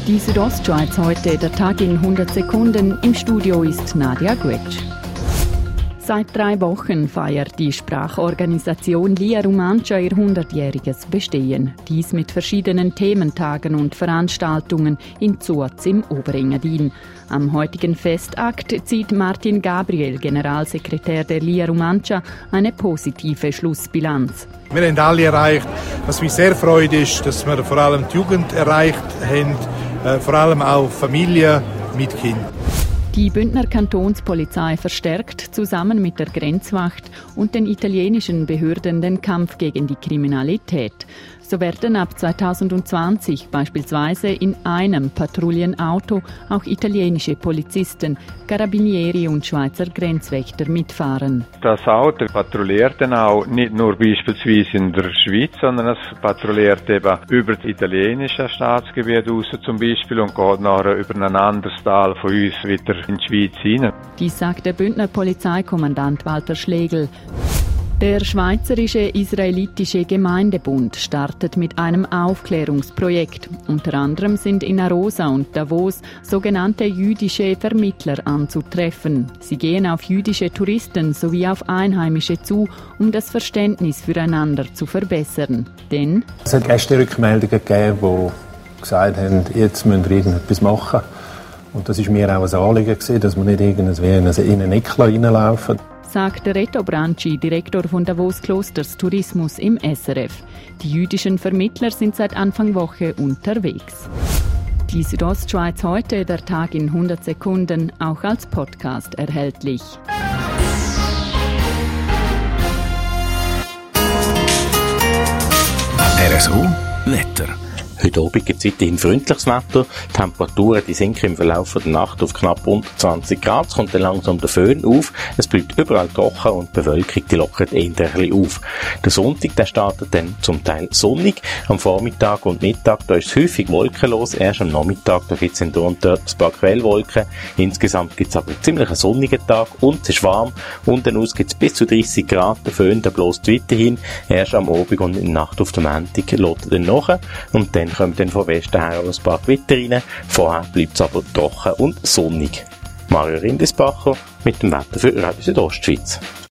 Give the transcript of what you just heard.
Die Südostschweiz heute, der Tag in 100 Sekunden. Im Studio ist Nadia Guetsch. Seit 3 Wochen feiert die Sprachorganisation Lia Romancia ihr 100-jähriges Bestehen. Dies mit verschiedenen Thementagen und Veranstaltungen in Zuaz im Oberengadin. Am heutigen Festakt zieht Martin Gabriel, Generalsekretär der Lia Romancia, eine positive Schlussbilanz. Wir haben alle erreicht. Was mich sehr freut, ist, dass wir vor allem die Jugend erreicht haben, vor allem auch Familien mit Kindern. Die Bündner Kantonspolizei verstärkt zusammen mit der Grenzwacht und den italienischen Behörden den Kampf gegen die Kriminalität. So werden ab 2020 beispielsweise in einem Patrouillenauto auch italienische Polizisten, Carabinieri und Schweizer Grenzwächter mitfahren. Das Auto patrouilliert dann auch nicht nur beispielsweise in der Schweiz, sondern es patrouilliert eben über das italienische Staatsgebiet raus zum Beispiel und geht nachher über ein anderes Tal von uns wieder in die Schweiz hinein. Dies sagt der Bündner Polizeikommandant Walter Schlegel. Der Schweizerische Israelitische Gemeindebund startet mit einem Aufklärungsprojekt. Unter anderem sind in Arosa und Davos sogenannte jüdische Vermittler anzutreffen. Sie gehen auf jüdische Touristen sowie auf Einheimische zu, um das Verständnis füreinander zu verbessern. Denn es hat gestern Rückmeldungen gegeben, die gesagt haben, jetzt müssen wir irgendetwas machen. Und das war mir auch ein Anliegen, dass wir nicht irgendwie in einen Eklat reinlaufen. Sagt Reto Branci, Direktor von Davos Klosters Tourismus im SRF. Die jüdischen Vermittler sind seit Anfang Woche unterwegs. Die Südostschweiz heute, der Tag in 100 Sekunden, auch als Podcast erhältlich. RSO Wetter. Heute Abend gibt es weiterhin freundliches Wetter. Die Temperaturen die sinken im Verlauf der Nacht auf knapp unter 20 Grad. Es kommt dann langsam der Föhn auf. Es bleibt überall trocken und die Bewölkung die lockert eher ein bisschen auf. Der Sonntag der startet dann zum Teil sonnig. Am Vormittag und Mittag da ist es häufig wolkenlos. Erst am Nachmittag da gibt es in der und dort ein paar Quellwolken. Insgesamt gibt es aber einen ziemlich sonnigen Tag und es ist warm. Unten aus gibt es bis zu 30 Grad. Der Föhn der bläst weiterhin. Erst am Abend und in der Nacht auf der Montag lädt er dann nach. Und dann kommen dann von Westen her auch ein paar Gewitter rein. Vorher bleibt es aber trocken und sonnig. Mario Rindisbacher mit dem Wetter für Radio Südostschweiz.